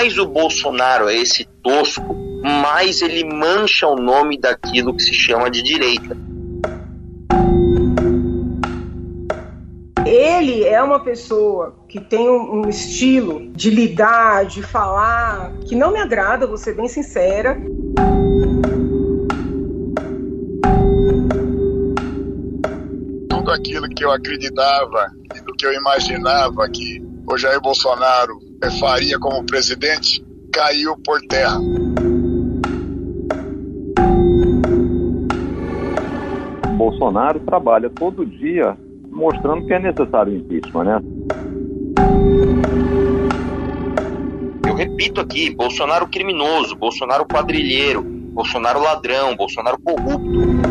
mais o Bolsonaro é esse tosco, mais ele mancha o nome daquilo que se chama de direita. Ele é uma pessoa que tem um estilo de lidar, de falar, que não me agrada, vou ser bem sincera. Tudo aquilo que eu acreditava e do que eu imaginava que o Jair Bolsonaro faria como presidente, caiu por terra. Bolsonaro trabalha todo dia mostrando que é necessário o impeachment, né? Eu repito aqui, Bolsonaro criminoso, Bolsonaro quadrilheiro, Bolsonaro ladrão, Bolsonaro corrupto.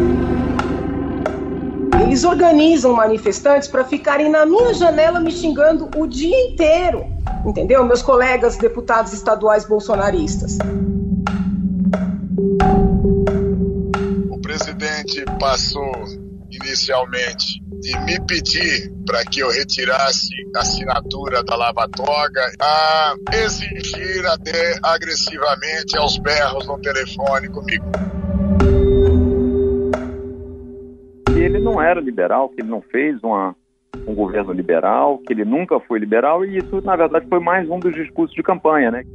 Eles organizam manifestantes para ficarem na minha janela me xingando o dia inteiro, entendeu? Meus colegas deputados estaduais bolsonaristas. O presidente passou inicialmente de me pedir para que eu retirasse a assinatura da Lava Toga, a exigir até agressivamente aos berros no telefone comigo. Ele não era liberal, que ele não fez um governo liberal, que ele nunca foi liberal, e isso, na verdade, foi mais um dos discursos de campanha, né?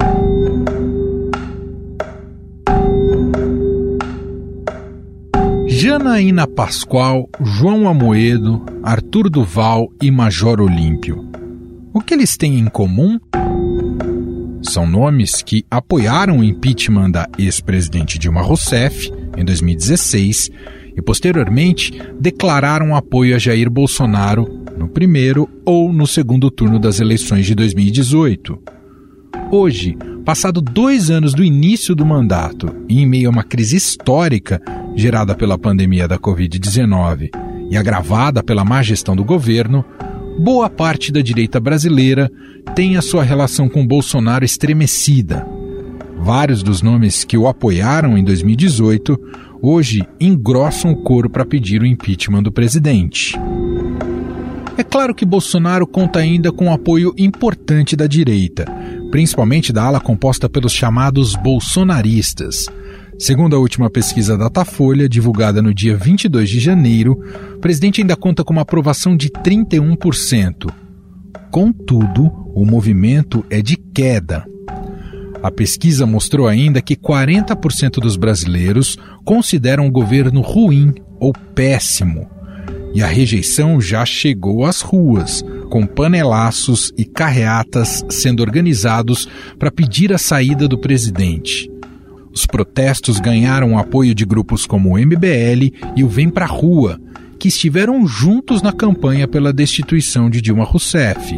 Janaína Pascoal, João Amoedo, Arthur Duval e Major Olímpio. O que eles têm em comum? São nomes que apoiaram o impeachment da ex-presidente Dilma Rousseff em 2016 e, posteriormente, declararam apoio a Jair Bolsonaro no primeiro ou no segundo turno das eleições de 2018. Hoje, passado 2 anos do início do mandato e em meio a uma crise histórica gerada pela pandemia da Covid-19 e agravada pela má gestão do governo, boa parte da direita brasileira tem a sua relação com Bolsonaro estremecida. Vários dos nomes que o apoiaram em 2018 hoje engrossam o coro para pedir o impeachment do presidente. É claro que Bolsonaro conta ainda com um apoio importante da direita, principalmente da ala composta pelos chamados bolsonaristas. Segundo a última pesquisa Datafolha, divulgada no dia 22 de janeiro, o presidente ainda conta com uma aprovação de 31%. Contudo, o movimento é de queda. A pesquisa mostrou ainda que 40% dos brasileiros consideram o governo ruim ou péssimo. E a rejeição já chegou às ruas, com panelaços e carreatas sendo organizados para pedir a saída do presidente. Os protestos ganharam o apoio de grupos como o MBL e o Vem Pra Rua, que estiveram juntos na campanha pela destituição de Dilma Rousseff.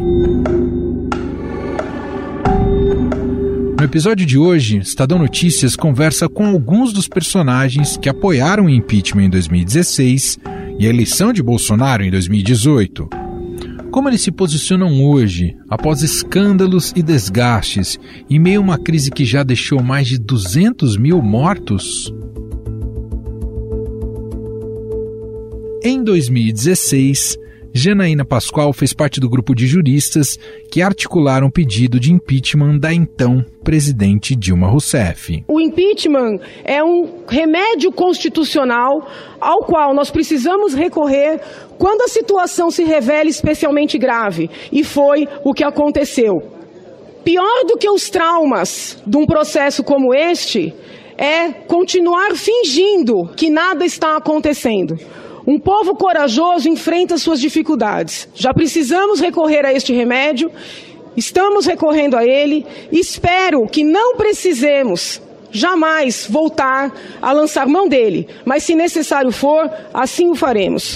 No episódio de hoje, Estadão Notícias conversa com alguns dos personagens que apoiaram o impeachment em 2016 e a eleição de Bolsonaro em 2018. Como eles se posicionam hoje, após escândalos e desgastes, em meio a uma crise que já deixou mais de 200 mil mortos? Em 2016, Janaína Pascoal fez parte do grupo de juristas que articularam o pedido de impeachment da então presidente Dilma Rousseff. O impeachment é um remédio constitucional ao qual nós precisamos recorrer quando a situação se revela especialmente grave, e foi o que aconteceu. Pior do que os traumas de um processo como este é continuar fingindo que nada está acontecendo. Um povo corajoso enfrenta suas dificuldades. Já precisamos recorrer a este remédio, estamos recorrendo a ele. Espero que não precisemos jamais voltar a lançar mão dele, mas se necessário for, assim o faremos.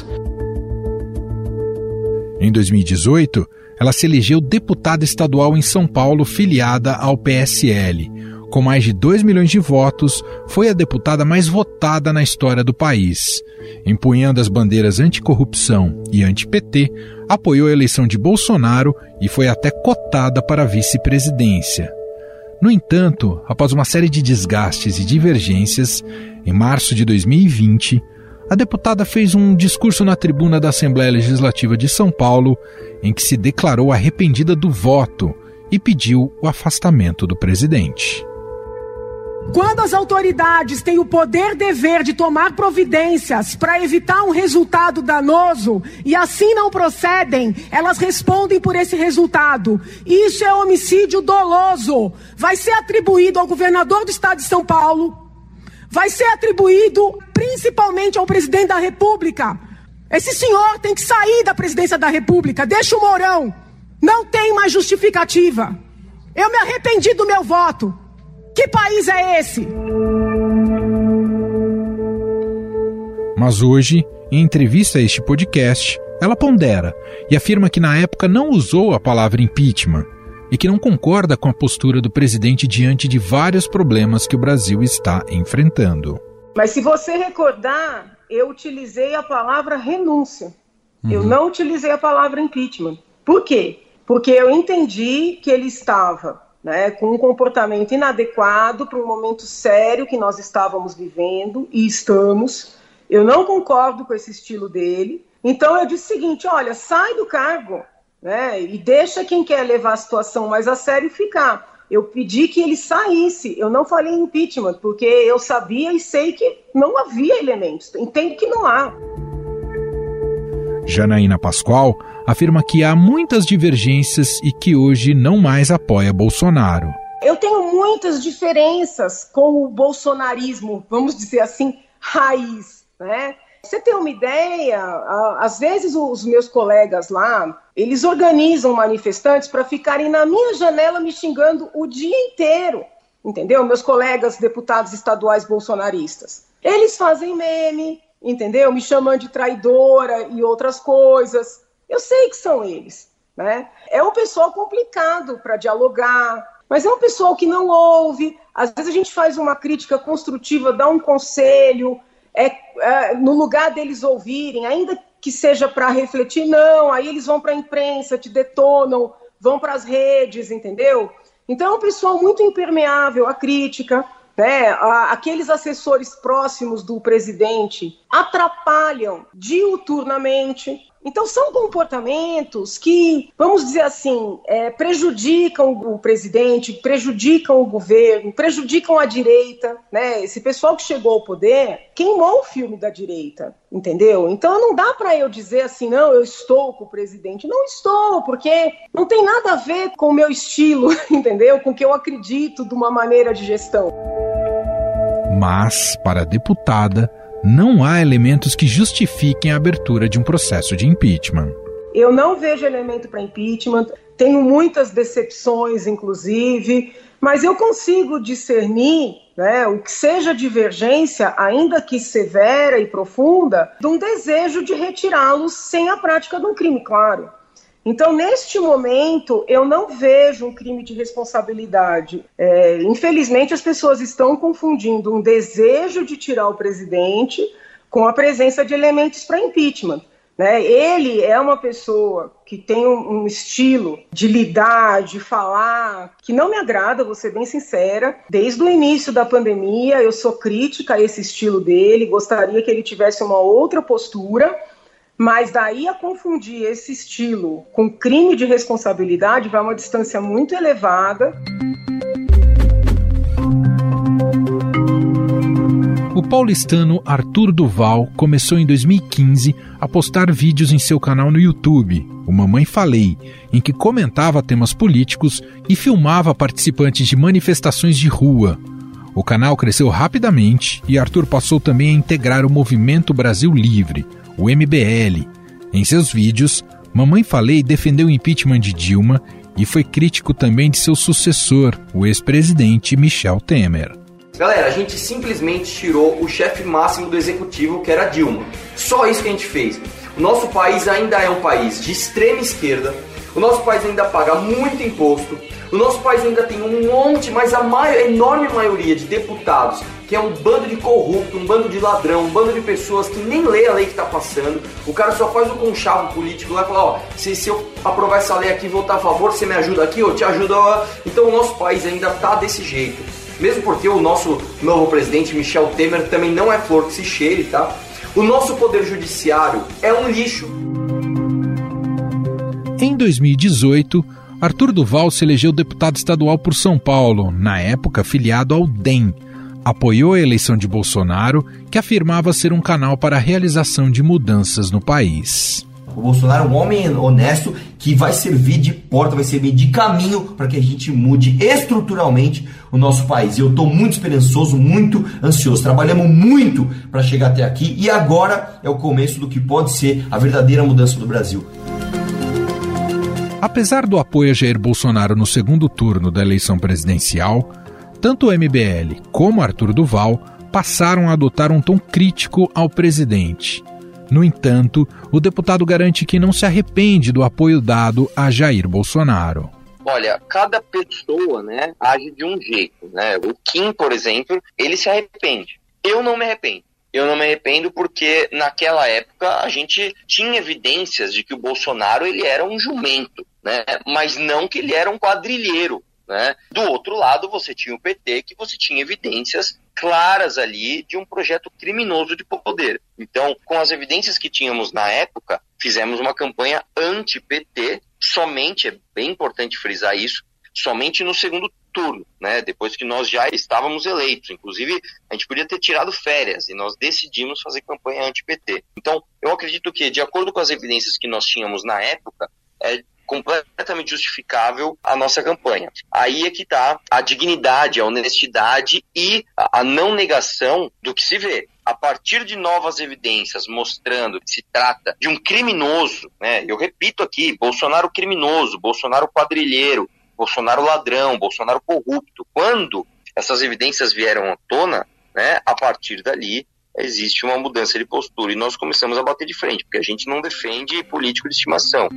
Em 2018, ela se elegeu deputada estadual em São Paulo, filiada ao PSL. Com mais de 2 milhões de votos, foi a deputada mais votada na história do país. Empunhando as bandeiras anticorrupção e anti-PT, apoiou a eleição de Bolsonaro e foi até cotada para a vice-presidência. No entanto, após uma série de desgastes e divergências, em março de 2020, a deputada fez um discurso na tribuna da Assembleia Legislativa de São Paulo, em que se declarou arrependida do voto e pediu o afastamento do presidente. Quando as autoridades têm o poder-dever de tomar providências para evitar um resultado danoso e assim não procedem, elas respondem por esse resultado. Isso é homicídio doloso. Vai ser atribuído ao governador do estado de São Paulo, vai ser atribuído principalmente ao presidente da República. Esse senhor tem que sair da presidência da República. Deixa o Mourão. Não tem mais justificativa. Eu me arrependi do meu voto. Que país é esse? Mas hoje, em entrevista a este podcast, ela pondera e afirma que na época não usou a palavra impeachment e que não concorda com a postura do presidente diante de vários problemas que o Brasil está enfrentando. Mas se você recordar, eu utilizei a palavra renúncia. Eu não utilizei a palavra impeachment. Por quê? Porque eu entendi que ele estava, com um comportamento inadequado para um momento sério que nós estávamos vivendo e estamos. Eu não concordo com esse estilo dele. Então eu disse o seguinte, olha, sai do cargo, e deixa quem quer levar a situação mais a sério ficar. Eu pedi que ele saísse, eu não falei impeachment, porque eu sabia e sei que não havia elementos, entendo que não há. Janaína Pascoal afirma que há muitas divergências e que hoje não mais apoia Bolsonaro. Eu tenho muitas diferenças com o bolsonarismo, vamos dizer assim, raiz, Você tem uma ideia, às vezes os meus colegas lá, eles organizam manifestantes para ficarem na minha janela me xingando o dia inteiro, entendeu? Meus colegas deputados estaduais bolsonaristas. Eles fazem meme, entendeu? Me chamando de traidora e outras coisas. Eu sei que são eles, É um pessoal complicado para dialogar, mas é um pessoal que não ouve. Às vezes a gente faz uma crítica construtiva, dá um conselho, no lugar deles ouvirem, ainda que seja para refletir, não, aí eles vão para a imprensa, te detonam, vão para as redes, entendeu? Então é um pessoal muito impermeável à crítica, aqueles assessores próximos do presidente atrapalham diuturnamente. Então são comportamentos que, vamos dizer assim, prejudicam o presidente, prejudicam o governo, prejudicam a direita, Esse pessoal que chegou ao poder queimou o filme da direita, entendeu? Então não dá para eu dizer assim, não, eu estou com o presidente. Não estou, porque não tem nada a ver com o meu estilo, entendeu? Com o que eu acredito de uma maneira de gestão. Mas, para a deputada, não há elementos que justifiquem a abertura de um processo de impeachment. Eu não vejo elemento para impeachment, tenho muitas decepções, inclusive, mas eu consigo discernir, o que seja divergência, ainda que severa e profunda, de um desejo de retirá-los sem a prática de um crime, claro. Então, neste momento, eu não vejo um crime de responsabilidade. Infelizmente, as pessoas estão confundindo um desejo de tirar o presidente com a presença de elementos para impeachment. Ele é uma pessoa que tem um estilo de lidar, de falar, que não me agrada, vou ser bem sincera. Desde o início da pandemia, eu sou crítica a esse estilo dele, gostaria que ele tivesse uma outra postura. Mas daí a confundir esse estilo com crime de responsabilidade vai uma distância muito elevada. O paulistano Arthur Duval começou em 2015 a postar vídeos em seu canal no YouTube, o Mamãe Falei, em que comentava temas políticos e filmava participantes de manifestações de rua. O canal cresceu rapidamente e Arthur passou também a integrar o Movimento Brasil Livre, o MBL. Em seus vídeos, Mamãe Falei defendeu o impeachment de Dilma e foi crítico também de seu sucessor, o ex-presidente Michel Temer. Galera, a gente simplesmente tirou o chefe máximo do executivo, que era a Dilma. Só isso que a gente fez. O nosso país ainda é um país de extrema esquerda, o nosso país ainda paga muito imposto, o nosso país ainda tem um monte, mas a enorme maioria de deputados, que é um bando de corrupto, um bando de ladrão, um bando de pessoas que nem lê a lei que está passando. O cara só faz um conchavo político lá e fala, se eu aprovar essa lei aqui e votar a favor, você me ajuda aqui, eu te ajudo. Então o nosso país ainda está desse jeito. Mesmo porque o nosso novo presidente, Michel Temer, também não é flor que se cheire, tá? O nosso poder judiciário é um lixo. Em 2018, Arthur Duval se elegeu deputado estadual por São Paulo, na época filiado ao DEM. Apoiou a eleição de Bolsonaro, que afirmava ser um canal para a realização de mudanças no país. O Bolsonaro é um homem honesto que vai servir de porta, vai servir de caminho para que a gente mude estruturalmente o nosso país. E eu estou muito esperançoso, muito ansioso. Trabalhamos muito para chegar até aqui e agora é o começo do que pode ser a verdadeira mudança do Brasil. Apesar do apoio a Jair Bolsonaro no segundo turno da eleição presidencial, tanto o MBL como Arthur Duval passaram a adotar um tom crítico ao presidente. No entanto, o deputado garante que não se arrepende do apoio dado a Jair Bolsonaro. Olha, cada pessoa, age de um jeito, O Kim, por exemplo, ele se arrepende. Eu não me arrependo. Eu não me arrependo porque naquela época a gente tinha evidências de que o Bolsonaro ele era um jumento, Mas não que ele era um quadrilheiro. Do outro lado, você tinha o PT, que você tinha evidências claras ali de um projeto criminoso de poder. Então, com as evidências que tínhamos na época, fizemos uma campanha anti-PT, somente, é bem importante frisar isso, somente no segundo turno, depois que nós já estávamos eleitos. Inclusive, a gente podia ter tirado férias e nós decidimos fazer campanha anti-PT. Então, eu acredito que, de acordo com as evidências que nós tínhamos na época, é completamente justificável a nossa campanha. Aí é que está a dignidade, a honestidade e a não negação do que se vê. A partir de novas evidências mostrando que se trata de um criminoso, eu repito aqui, Bolsonaro criminoso, Bolsonaro quadrilheiro, Bolsonaro ladrão, Bolsonaro corrupto. Quando essas evidências vieram à tona, a partir dali existe uma mudança de postura e nós começamos a bater de frente, porque a gente não defende político de estimação.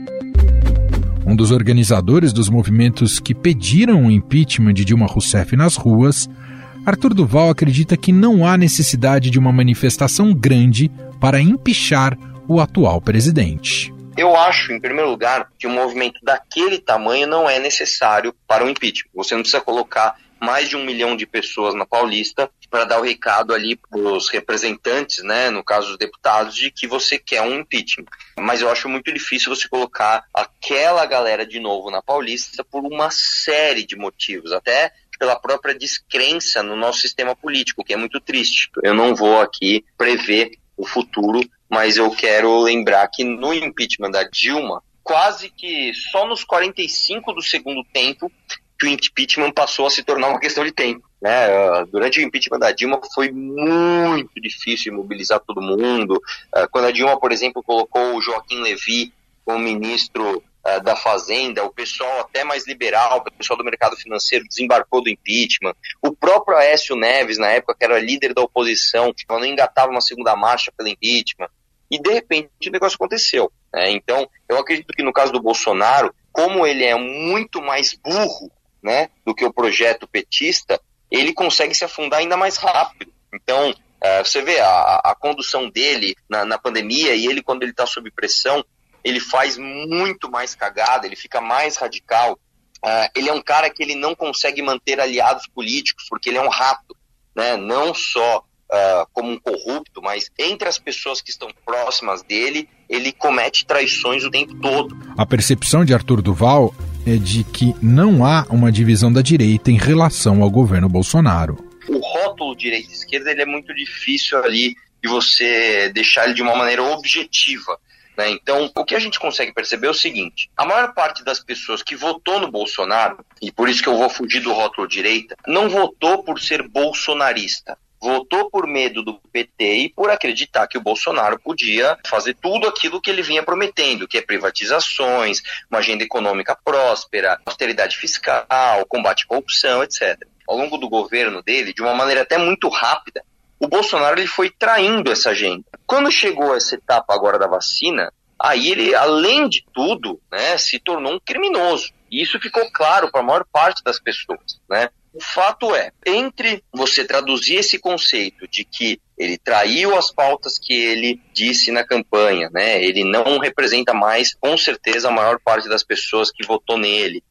Um dos organizadores dos movimentos que pediram o impeachment de Dilma Rousseff nas ruas, Arthur Duval acredita que não há necessidade de uma manifestação grande para empichar o atual presidente. Eu acho, em primeiro lugar, que um movimento daquele tamanho não é necessário para o impeachment. Você não precisa colocar mais de 1 milhão de pessoas na Paulista para dar o recado ali para os representantes, no caso dos deputados, de que você quer um impeachment. Mas eu acho muito difícil você colocar aquela galera de novo na Paulista por uma série de motivos, até pela própria descrença no nosso sistema político, que é muito triste. Eu não vou aqui prever o futuro, mas eu quero lembrar que no impeachment da Dilma, quase que só nos 45 do segundo tempo, que o impeachment passou a se tornar uma questão de tempo. Durante o impeachment da Dilma foi muito difícil mobilizar todo mundo. Quando a Dilma, por exemplo, colocou o Joaquim Levy como ministro da Fazenda, o pessoal até mais liberal, o pessoal do mercado financeiro desembarcou do impeachment. O próprio Aécio Neves, na época, que era líder da oposição, não engatava uma segunda marcha pelo impeachment. E, de repente, o negócio aconteceu. Então, eu acredito que no caso do Bolsonaro, como ele é muito mais burro, do que o projeto petista, ele consegue se afundar ainda mais rápido. Então, você vê a condução dele na pandemia e ele, quando ele está sob pressão, ele faz muito mais cagada, ele fica mais radical. Ele é um cara que ele não consegue manter aliados políticos, porque ele é um rato, não só como um corrupto, mas entre as pessoas que estão próximas dele, ele comete traições o tempo todo. A percepção de Arthur Duval é de que não há uma divisão da direita em relação ao governo Bolsonaro. O rótulo direita e esquerda ele é muito difícil ali de você deixar ele de uma maneira objetiva. Então, o que a gente consegue perceber é o seguinte: a maior parte das pessoas que votou no Bolsonaro, e por isso que eu vou fugir do rótulo direita, não votou por ser bolsonarista. Votou por medo do PT e por acreditar que o Bolsonaro podia fazer tudo aquilo que ele vinha prometendo, que é privatizações, uma agenda econômica próspera, austeridade fiscal, combate à corrupção, etc. Ao longo do governo dele, de uma maneira até muito rápida, o Bolsonaro ele foi traindo essa agenda. Quando chegou essa etapa agora da vacina, aí ele, além de tudo, se tornou um criminoso. E isso ficou claro para a maior parte das pessoas, O fato é, entre você traduzir esse conceito de que ele traiu as pautas que ele disse na campanha, ele não representa mais, com certeza, a maior parte das pessoas que votou nele,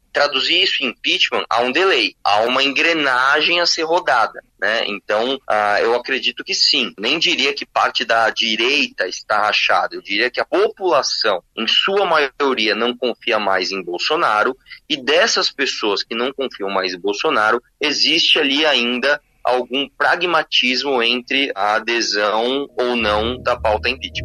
traduzir isso em impeachment, há um delay, há uma engrenagem a ser rodada, né? Então, eu acredito que sim. Nem diria que parte da direita está rachada, eu diria que a população, em sua maioria, não confia mais em Bolsonaro, e dessas pessoas que não confiam mais em Bolsonaro, existe ali ainda algum pragmatismo entre a adesão ou não da pauta impeachment.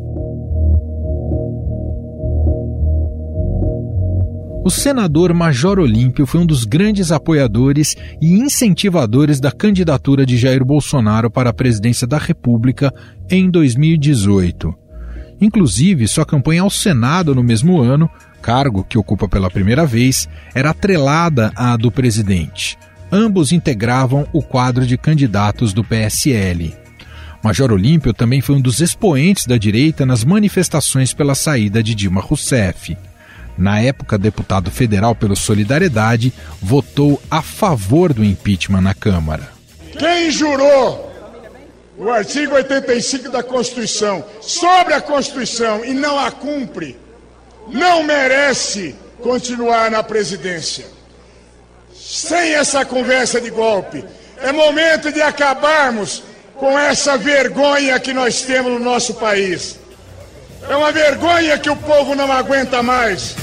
O senador Major Olímpio foi um dos grandes apoiadores e incentivadores da candidatura de Jair Bolsonaro para a presidência da República em 2018. Inclusive, sua campanha ao Senado no mesmo ano, cargo que ocupa pela primeira vez, era atrelada à do presidente. Ambos integravam o quadro de candidatos do PSL. Major Olímpio também foi um dos expoentes da direita nas manifestações pela saída de Dilma Rousseff. Na época, deputado federal pelo Solidariedade, votou a favor do impeachment na Câmara. Quem jurou o artigo 85 da Constituição sobre a Constituição e não a cumpre, não merece continuar na presidência. Sem essa conversa de golpe, é momento de acabarmos com essa vergonha que nós temos no nosso país. É uma vergonha que o povo não aguenta mais.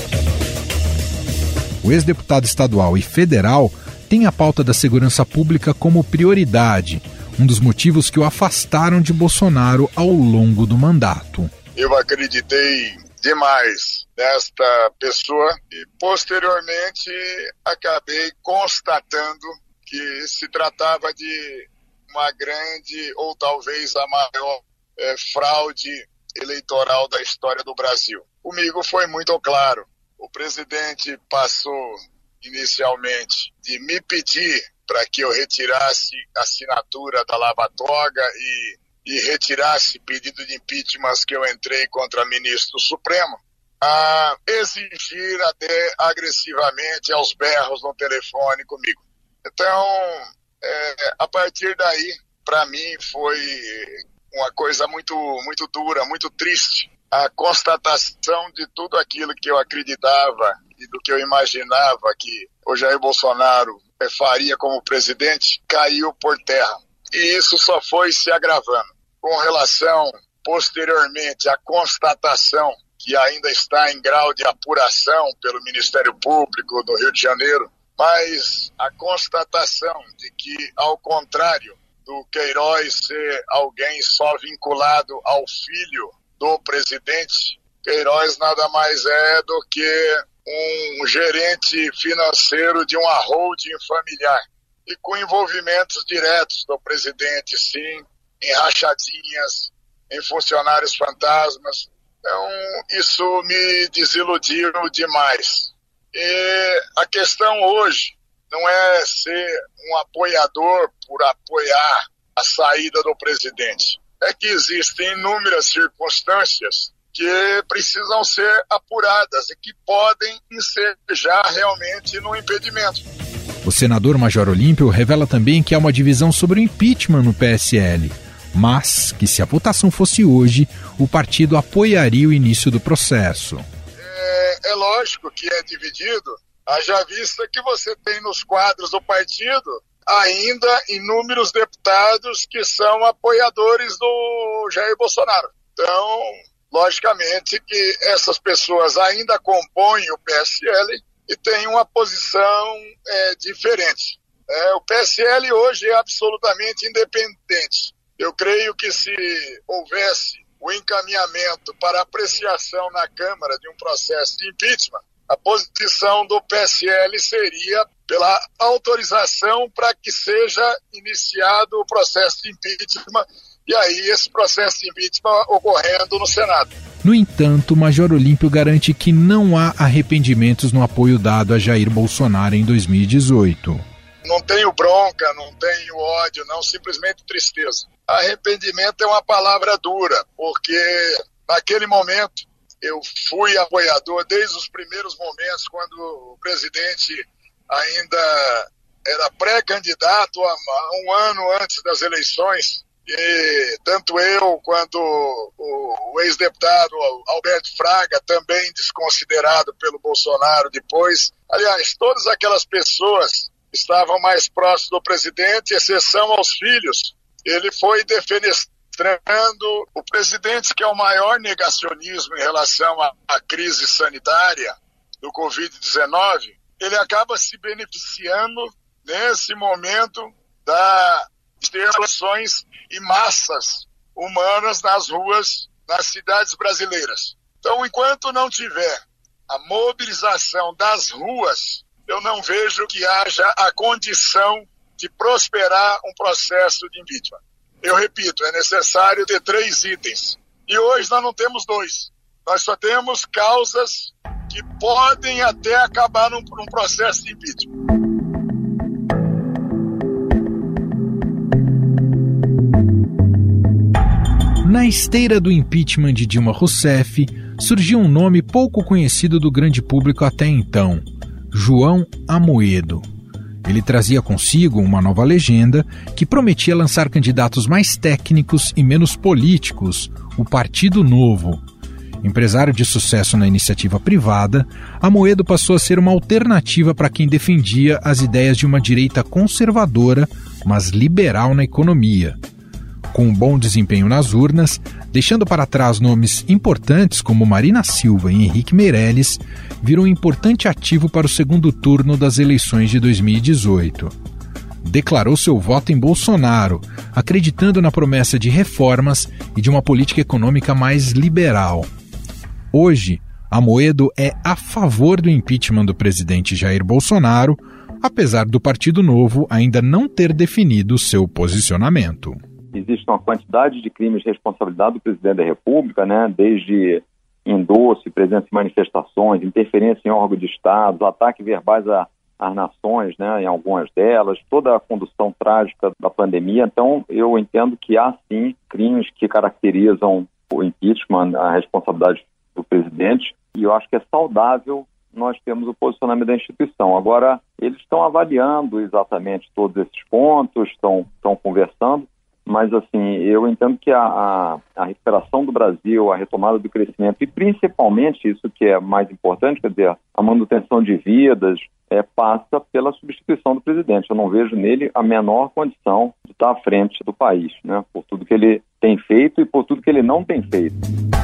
O ex-deputado estadual e federal tem a pauta da segurança pública como prioridade, um dos motivos que o afastaram de Bolsonaro ao longo do mandato. Eu acreditei demais nesta pessoa e, posteriormente, acabei constatando que se tratava de uma grande, ou talvez a maior, fraude eleitoral da história do Brasil. Comigo foi muito claro. O presidente passou inicialmente de me pedir para que eu retirasse a assinatura da Lava Toga e retirasse pedido de impeachment que eu entrei contra ministro Supremo, a exigir até agressivamente aos berros no telefone comigo. Então, a partir daí, para mim foi uma coisa muito, muito dura, muito triste. A constatação de tudo aquilo que eu acreditava e do que eu imaginava que o Jair Bolsonaro faria como presidente caiu por terra. E isso só foi se agravando. Com relação, posteriormente, à constatação que ainda está em grau de apuração pelo Ministério Público do Rio de Janeiro, mas a constatação de que, ao contrário do Queiroz ser alguém só vinculado ao filho do presidente, Queiroz nada mais é do que um gerente financeiro de uma holding familiar e com envolvimentos diretos do presidente, sim, em rachadinhas, em funcionários fantasmas. Então, isso me desiludiu demais. E a questão hoje não é ser um apoiador por apoiar a saída do presidente. É que existem inúmeras circunstâncias que precisam ser apuradas e que podem ensejar realmente no impedimento. O senador Major Olímpio revela também que há uma divisão sobre o impeachment no PSL, mas que se a votação fosse hoje, o partido apoiaria o início do processo. É lógico que é dividido, haja vista que você tem nos quadros do partido ainda inúmeros deputados que são apoiadores do Jair Bolsonaro. Então, logicamente que essas pessoas ainda compõem o PSL e têm uma posição diferente. O PSL hoje é absolutamente independente. Eu creio que se houvesse o encaminhamento para apreciação na Câmara de um processo de impeachment, a posição do PSL seria pela autorização para que seja iniciado o processo de impeachment e aí esse processo de impeachment ocorrendo no Senado. No entanto, o Major Olímpio garante que não há arrependimentos no apoio dado a Jair Bolsonaro em 2018. Não tenho bronca, não tenho ódio, não, simplesmente tristeza. Arrependimento é uma palavra dura, porque naquele momento eu fui apoiador desde os primeiros momentos, quando o presidente ainda era pré-candidato, um ano antes das eleições. E tanto eu quanto o ex-deputado Alberto Fraga, também desconsiderado pelo Bolsonaro depois. Aliás, todas aquelas pessoas estavam mais próximas do presidente, exceção aos filhos. Ele foi defenestrando o presidente, que é o maior negacionismo em relação à crise sanitária do Covid-19, ele acaba se beneficiando nesse momento das destruições e massas humanas nas ruas, nas cidades brasileiras. Então, enquanto não tiver a mobilização das ruas, eu não vejo que haja a condição de prosperar um processo de impeachment. Eu repito, é necessário ter 3 itens. E hoje nós não temos 2. Nós só temos causas que podem até acabar num processo de impeachment. Na esteira do impeachment de Dilma Rousseff, surgiu um nome pouco conhecido do grande público até então: João Amoedo. Ele trazia consigo uma nova legenda que prometia lançar candidatos mais técnicos e menos políticos, o Partido Novo. Empresário de sucesso na iniciativa privada, Amoedo passou a ser uma alternativa para quem defendia as ideias de uma direita conservadora, mas liberal na economia. Com um bom desempenho nas urnas, deixando para trás nomes importantes como Marina Silva e Henrique Meirelles, virou um importante ativo para o segundo turno das eleições de 2018. Declarou seu voto em Bolsonaro, acreditando na promessa de reformas e de uma política econômica mais liberal. Hoje, Amoedo é a favor do impeachment do presidente Jair Bolsonaro, apesar do Partido Novo ainda não ter definido seu posicionamento. Existe uma quantidade de crimes de responsabilidade do presidente da República, né, desde endosso, presença em manifestações, interferência em órgãos de Estado, ataques verbais às nações, né, em algumas delas, toda a condução trágica da pandemia. Então, eu entendo que há, sim, crimes que caracterizam o impeachment, a responsabilidade do presidente, e eu acho que é saudável nós termos o posicionamento da instituição. Agora, eles estão avaliando exatamente todos esses pontos, estão conversando, mas, assim, eu entendo que a recuperação do Brasil, a retomada do crescimento e, principalmente, isso que é mais importante, quer dizer, a manutenção de vidas, passa pela substituição do presidente. Eu não vejo nele a menor condição de estar à frente do país, né, por tudo que ele tem feito e por tudo que ele não tem feito.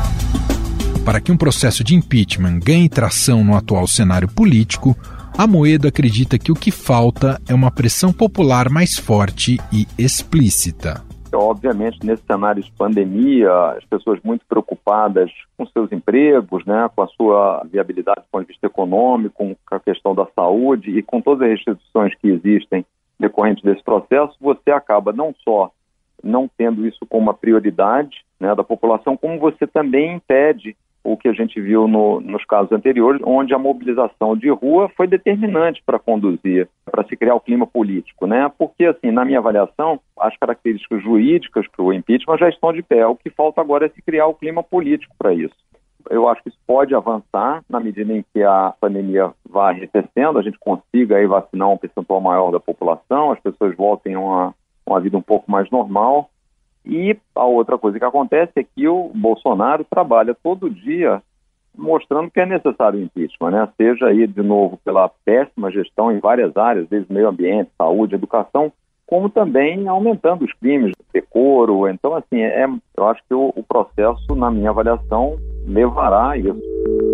Para que um processo de impeachment ganhe tração no atual cenário político, Amoedo acredita que o que falta é uma pressão popular mais forte e explícita. Obviamente, nesse cenário de pandemia, as pessoas muito preocupadas com seus empregos, né, com a sua viabilidade do ponto de vista econômico, com a questão da saúde e com todas as restrições que existem decorrentes desse processo, você acaba não só não tendo isso como uma prioridade, né, da população, como você também impede o que a gente viu nos casos anteriores, onde a mobilização de rua foi determinante para conduzir, para se criar o clima político, né? Porque, assim, na minha avaliação, as características jurídicas para o impeachment já estão de pé. O que falta agora é se criar o clima político para isso. Eu acho que isso pode avançar na medida em que a pandemia vai arrefecendo, a gente consiga aí vacinar um percentual maior da população, as pessoas voltem a uma vida um pouco mais normal. E a outra coisa que acontece é que o Bolsonaro trabalha todo dia mostrando que é necessário o impeachment, né? Seja aí, de novo, pela péssima gestão em várias áreas, desde meio ambiente, saúde, educação, como também aumentando os crimes, decoro. Então, assim, eu acho que o processo, na minha avaliação, levará a isso.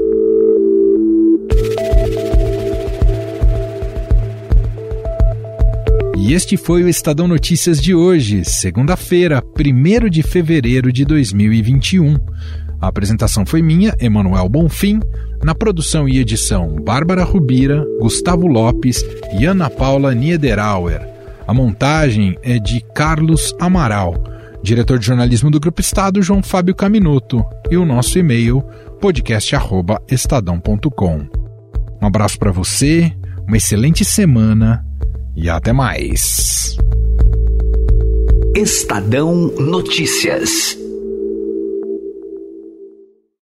E este foi o Estadão Notícias de hoje, segunda-feira, 1º de fevereiro de 2021. A apresentação foi minha, Emanuel Bonfim, na produção e edição Bárbara Rubira, Gustavo Lopes e Ana Paula Niederauer. A montagem é de Carlos Amaral, diretor de jornalismo do Grupo Estado, João Fábio Caminuto, e o nosso e-mail, podcast@estadão.com. Um abraço para você, uma excelente semana e até mais. Estadão Notícias.